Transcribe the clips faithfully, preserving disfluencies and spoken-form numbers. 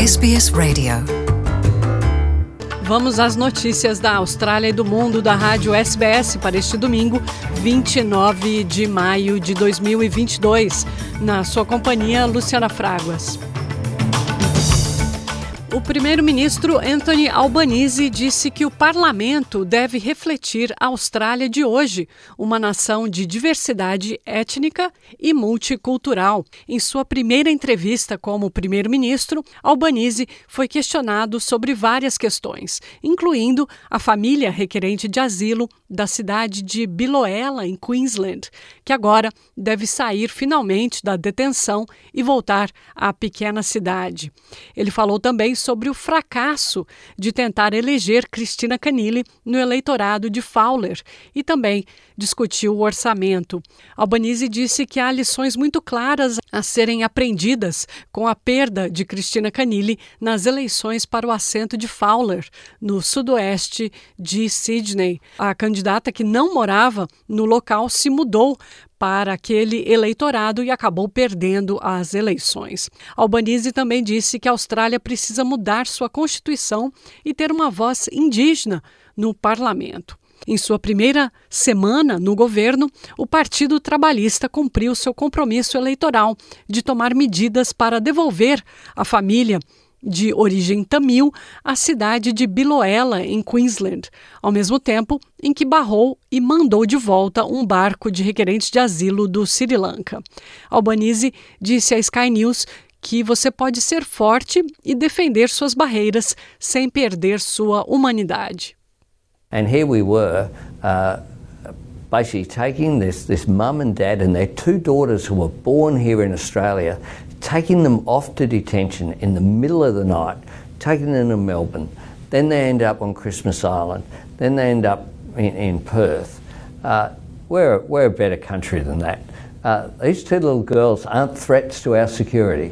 S B S Radio. Vamos às notícias da Austrália e do mundo da Rádio S B S para este domingo, vinte e nove de maio de dois mil e vinte e dois. Na sua companhia, Luciana Fraguas. O primeiro-ministro Anthony Albanese disse que o parlamento deve refletir a Austrália de hoje, uma nação de diversidade étnica e multicultural. Em sua primeira entrevista como primeiro-ministro, Albanese foi questionado sobre várias questões, incluindo a família requerente de asilo da cidade de Biloela, em Queensland, que agora deve sair finalmente da detenção e voltar à pequena cidade. Ele falou também sobre o fracasso de tentar eleger Christina Keneally no eleitorado de Fowler e também discutiu o orçamento. Albanese disse que há lições muito claras a serem aprendidas com a perda de Christina Keneally nas eleições para o assento de Fowler, no sudoeste de Sydney. A candidata que não morava no local se mudou para aquele eleitorado e acabou perdendo as eleições. Albanese também disse que a Austrália precisa mudar sua Constituição e ter uma voz indígena no parlamento. Em sua primeira semana no governo, o Partido Trabalhista cumpriu seu compromisso eleitoral de tomar medidas para devolver a família de origem tamil à cidade de Biloela, em Queensland, ao mesmo tempo em que barrou e mandou de volta um barco de requerentes de asilo do Sri Lanka. Albanese disse à Sky News que você pode ser forte e defender suas barreiras sem perder sua humanidade. And here we were, uh, basically taking this, this mum and dad and their two daughters who were born here in Australia, taking them off to detention in the middle of the night, taking them to Melbourne. Then they end up on Christmas Island. Then they end up in, in Perth. Uh, we're, we're a better country than that. Uh, these two little girls aren't threats to our security.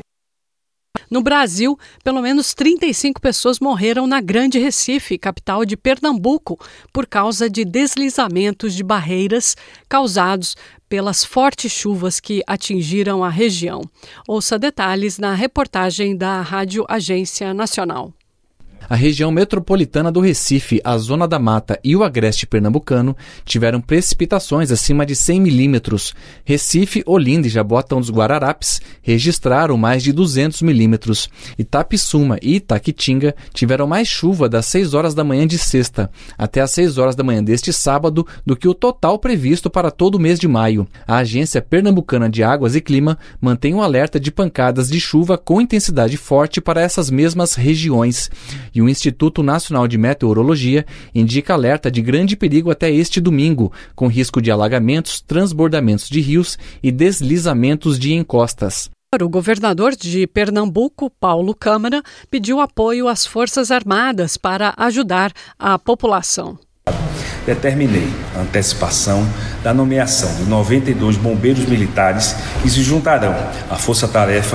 No Brasil, pelo menos trinta e cinco pessoas morreram na Grande Recife, capital de Pernambuco, por causa de deslizamentos de barreiras causados pelas fortes chuvas que atingiram a região. Ouça detalhes na reportagem da Rádio Agência Nacional. A região metropolitana do Recife, a Zona da Mata e o agreste pernambucano tiveram precipitações acima de cem milímetros. Recife, Olinda e Jaboatão dos Guararapes registraram mais de duzentos milímetros. Itapissuma e Itaquitinga tiveram mais chuva das seis horas da manhã de sexta até as seis horas da manhã deste sábado do que o total previsto para todo o mês de maio. A Agência Pernambucana de Águas e Clima mantém um alerta de pancadas de chuva com intensidade forte para essas mesmas regiões. E o Instituto Nacional de Meteorologia indica alerta de grande perigo até este domingo, com risco de alagamentos, transbordamentos de rios e deslizamentos de encostas. O governador de Pernambuco, Paulo Câmara, pediu apoio às Forças Armadas para ajudar a população. Determinei a antecipação da nomeação de noventa e dois bombeiros militares que se juntarão à força-tarefa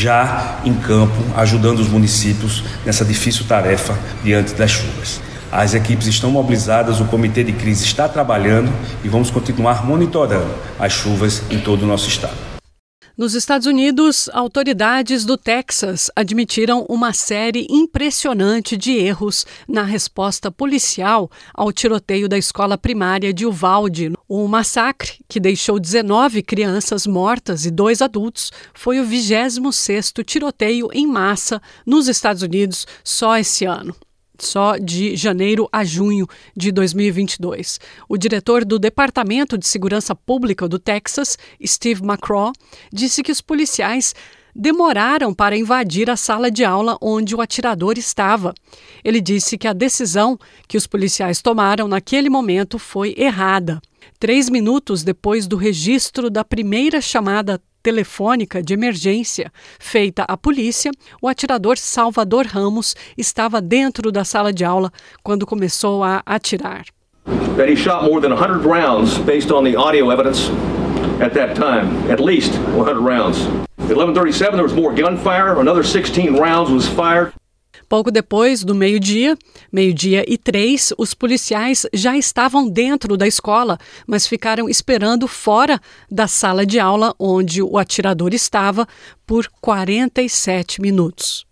já em campo, ajudando os municípios nessa difícil tarefa diante das chuvas. As equipes estão mobilizadas, o comitê de crise está trabalhando e vamos continuar monitorando as chuvas em todo o nosso estado. Nos Estados Unidos, autoridades do Texas admitiram uma série impressionante de erros na resposta policial ao tiroteio da escola primária de Uvalde. O massacre, que deixou dezenove crianças mortas e dois adultos, foi o vigésimo sexto tiroteio em massa nos Estados Unidos só esse ano. Só de janeiro a junho de dois mil e vinte e dois. O diretor do Departamento de Segurança Pública do Texas, Steve McCraw, disse que os policiais demoraram para invadir a sala de aula onde o atirador estava. Ele disse que a decisão que os policiais tomaram naquele momento foi errada. Três minutos depois do registro da primeira chamada telefônica de emergência feita à polícia, o atirador Salvador Ramos estava dentro da sala de aula quando começou a atirar. That he shot more than one hundred rounds based on the audio evidence at that time, at least one hundred rounds. At eleven thirty-seven there was more gunfire, another sixteen rounds was fired. Pouco depois do meio-dia, meio-dia e três, os policiais já estavam dentro da escola, mas ficaram esperando fora da sala de aula onde o atirador estava por quarenta e sete minutos.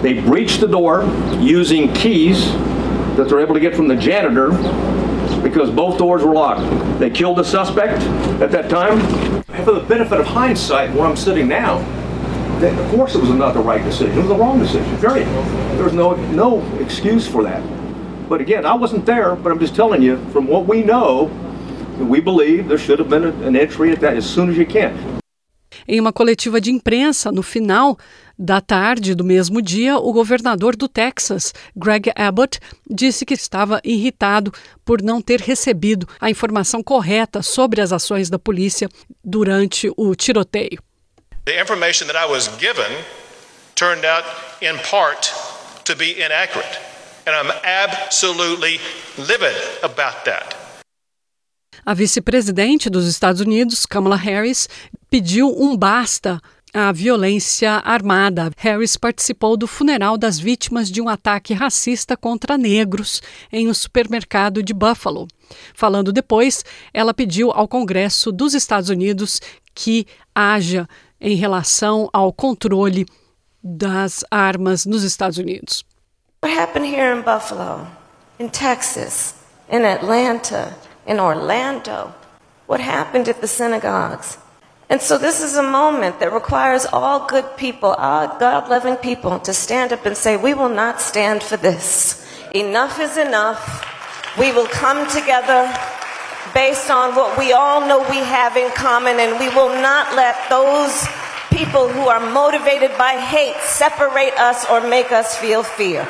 They breached the door using keys that they're able to get from the janitor because both doors were locked. They killed the suspect at that time. For the benefit of hindsight, where I'm sitting now, then of course it was not the right decision. It was the wrong decision, period. There's no, no excuse for that. But again, I wasn't there, but I'm just telling you, from what we know, we believe there should have been an entry at that as soon as you can. Em uma coletiva de imprensa, no final da tarde do mesmo dia, o governador do Texas, Greg Abbott, disse que estava irritado por não ter recebido a informação correta sobre as ações da polícia durante o tiroteio. The information that I was given turned out, in part, to be inaccurate, and I'm absolutely livid about that. A vice-presidente dos Estados Unidos, Kamala Harris, pediu um basta à violência armada. Harris participou do funeral das vítimas de um ataque racista contra negros em um supermercado de Buffalo. Falando depois, ela pediu ao Congresso dos Estados Unidos que haja em relação ao controle das armas nos Estados Unidos. What happened here in Buffalo, in Texas, in Atlanta, in Orlando, what happened at the synagogues? And so this is a moment that requires all good people, all God-loving people, to stand up and say, we will not stand for this. Enough is enough. We will come together based on what we all know we have in common, and we will not let those people who are motivated by hate separate us or make us feel fear.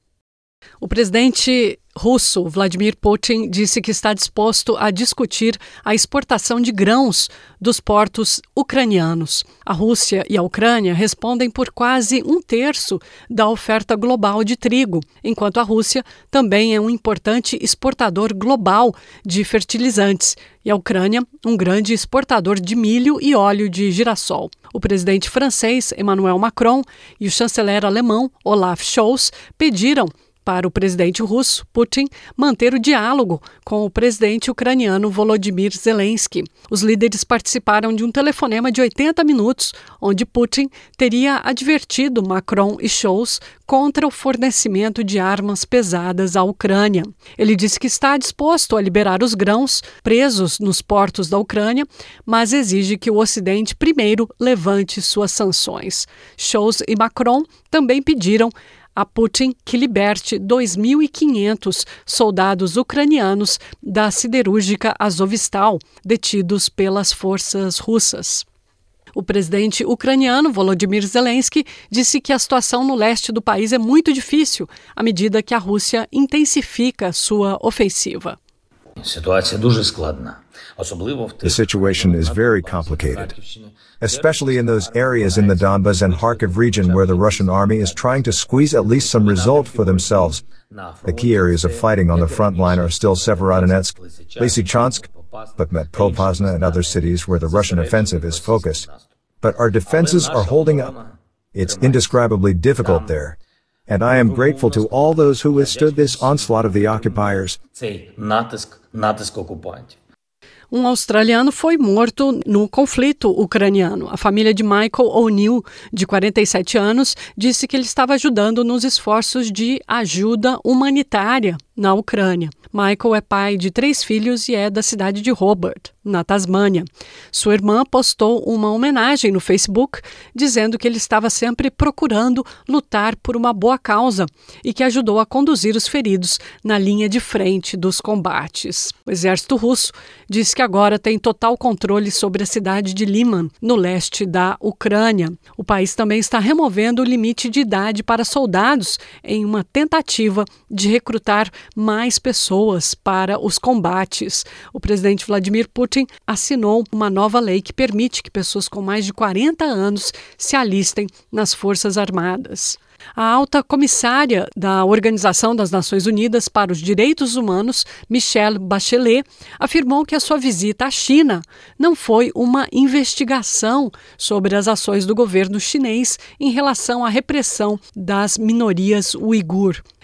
O presidente russo, Vladimir Putin, disse que está disposto a discutir a exportação de grãos dos portos ucranianos. A Rússia e a Ucrânia respondem por quase um terço da oferta global de trigo, enquanto a Rússia também é um importante exportador global de fertilizantes e a Ucrânia um grande exportador de milho e óleo de girassol. O presidente francês, Emmanuel Macron, e o chanceler alemão, Olaf Scholz, pediram para o presidente russo, Putin, manter o diálogo com o presidente ucraniano Volodymyr Zelensky. Os líderes participaram de um telefonema de oitenta minutos, onde Putin teria advertido Macron e Scholz contra o fornecimento de armas pesadas à Ucrânia. Ele disse que está disposto a liberar os grãos presos nos portos da Ucrânia, mas exige que o Ocidente primeiro levante suas sanções. Scholz e Macron também pediram a Putin que liberte dois mil e quinhentos soldados ucranianos da siderúrgica Azovstal, detidos pelas forças russas. O presidente ucraniano, Volodymyr Zelensky, disse que a situação no leste do país é muito difícil à medida que a Rússia intensifica sua ofensiva. The situation is very complicated, especially in those areas in the Donbas and Kharkiv region where the Russian army is trying to squeeze at least some result for themselves. The key areas of fighting on the front line are still Severodonetsk, Lysychansk, Bakhmut-Popasna and other cities where the Russian offensive is focused. But our defenses are holding up. It's indescribably difficult there. And I am grateful to all those who withstood this onslaught of the occupiers. Um australiano foi morto no conflito ucraniano. A família de Michael O'Neill, de quarenta e sete anos, disse que ele estava ajudando nos esforços de ajuda humanitária na Ucrânia. Michael é pai de três filhos e é da cidade de Hobart, na Tasmânia. Sua irmã postou uma homenagem no Facebook, dizendo que ele estava sempre procurando lutar por uma boa causa e que ajudou a conduzir os feridos na linha de frente dos combates. O exército russo diz que agora tem total controle sobre a cidade de Liman, no leste da Ucrânia. O país também está removendo o limite de idade para soldados em uma tentativa de recrutar mais pessoas para os combates. O presidente Vladimir Putin assinou uma nova lei que permite que pessoas com mais de quarenta anos se alistem nas Forças Armadas. A alta comissária da Organização das Nações Unidas para os Direitos Humanos, Michelle Bachelet, afirmou que a sua visita à China não foi uma investigação sobre as ações do governo chinês em relação à repressão das minorias uigur.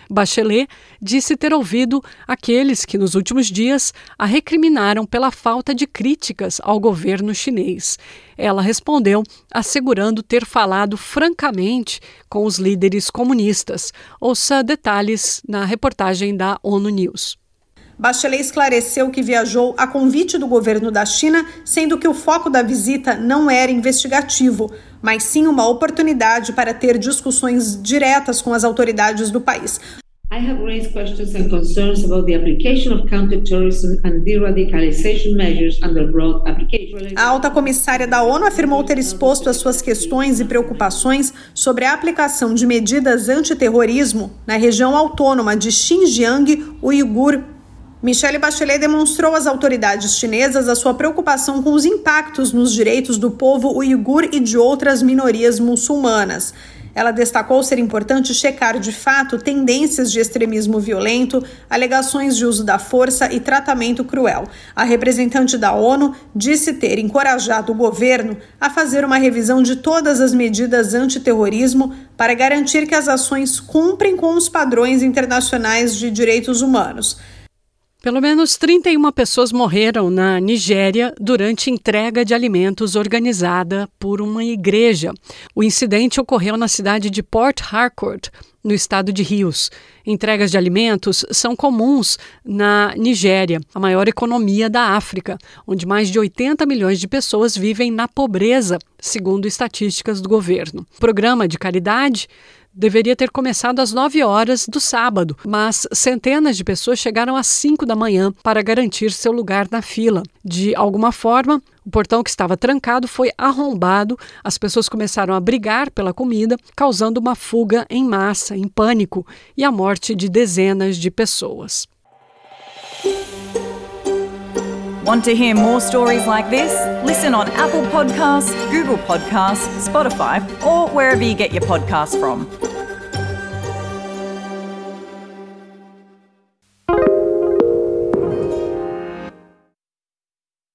Bachelet disse ter ouvido aqueles que nos últimos dias a recriminaram pela falta de críticas ao governo chinês. Ela respondeu assegurando ter falado francamente com os líderes comunistas. Ouça detalhes na reportagem da ONU News. Bachelet esclareceu que viajou a convite do governo da China, sendo que o foco da visita não era investigativo, mas sim uma oportunidade para ter discussões diretas com as autoridades do país. I have raised questions and concerns about the application of counterterrorism and de-radicalization measures under broad application. A alta comissária da ONU afirmou ter exposto as suas questões e preocupações sobre a aplicação de medidas antiterrorismo na região autônoma de Xinjiang Uigur. Michelle Bachelet demonstrou às autoridades chinesas a sua preocupação com os impactos nos direitos do povo uigur e de outras minorias muçulmanas. Ela destacou ser importante checar de fato tendências de extremismo violento, alegações de uso da força e tratamento cruel. A representante da ONU disse ter encorajado o governo a fazer uma revisão de todas as medidas antiterrorismo para garantir que as ações cumprem com os padrões internacionais de direitos humanos. Pelo menos trinta e uma pessoas morreram na Nigéria durante entrega de alimentos organizada por uma igreja. O incidente ocorreu na cidade de Port Harcourt, no estado de Rios. Entregas de alimentos são comuns na Nigéria, a maior economia da África, onde mais de oitenta milhões de pessoas vivem na pobreza, segundo estatísticas do governo. O programa de caridade deveria ter começado às nove horas do sábado, mas centenas de pessoas chegaram às cinco da manhã para garantir seu lugar na fila. De alguma forma, o portão que estava trancado foi arrombado, as pessoas começaram a brigar pela comida, causando uma fuga em massa, em pânico, e a morte de dezenas de pessoas. Want to hear more stories like this? Listen on Apple Podcasts, Google Podcasts, Spotify, or wherever you get your podcasts from.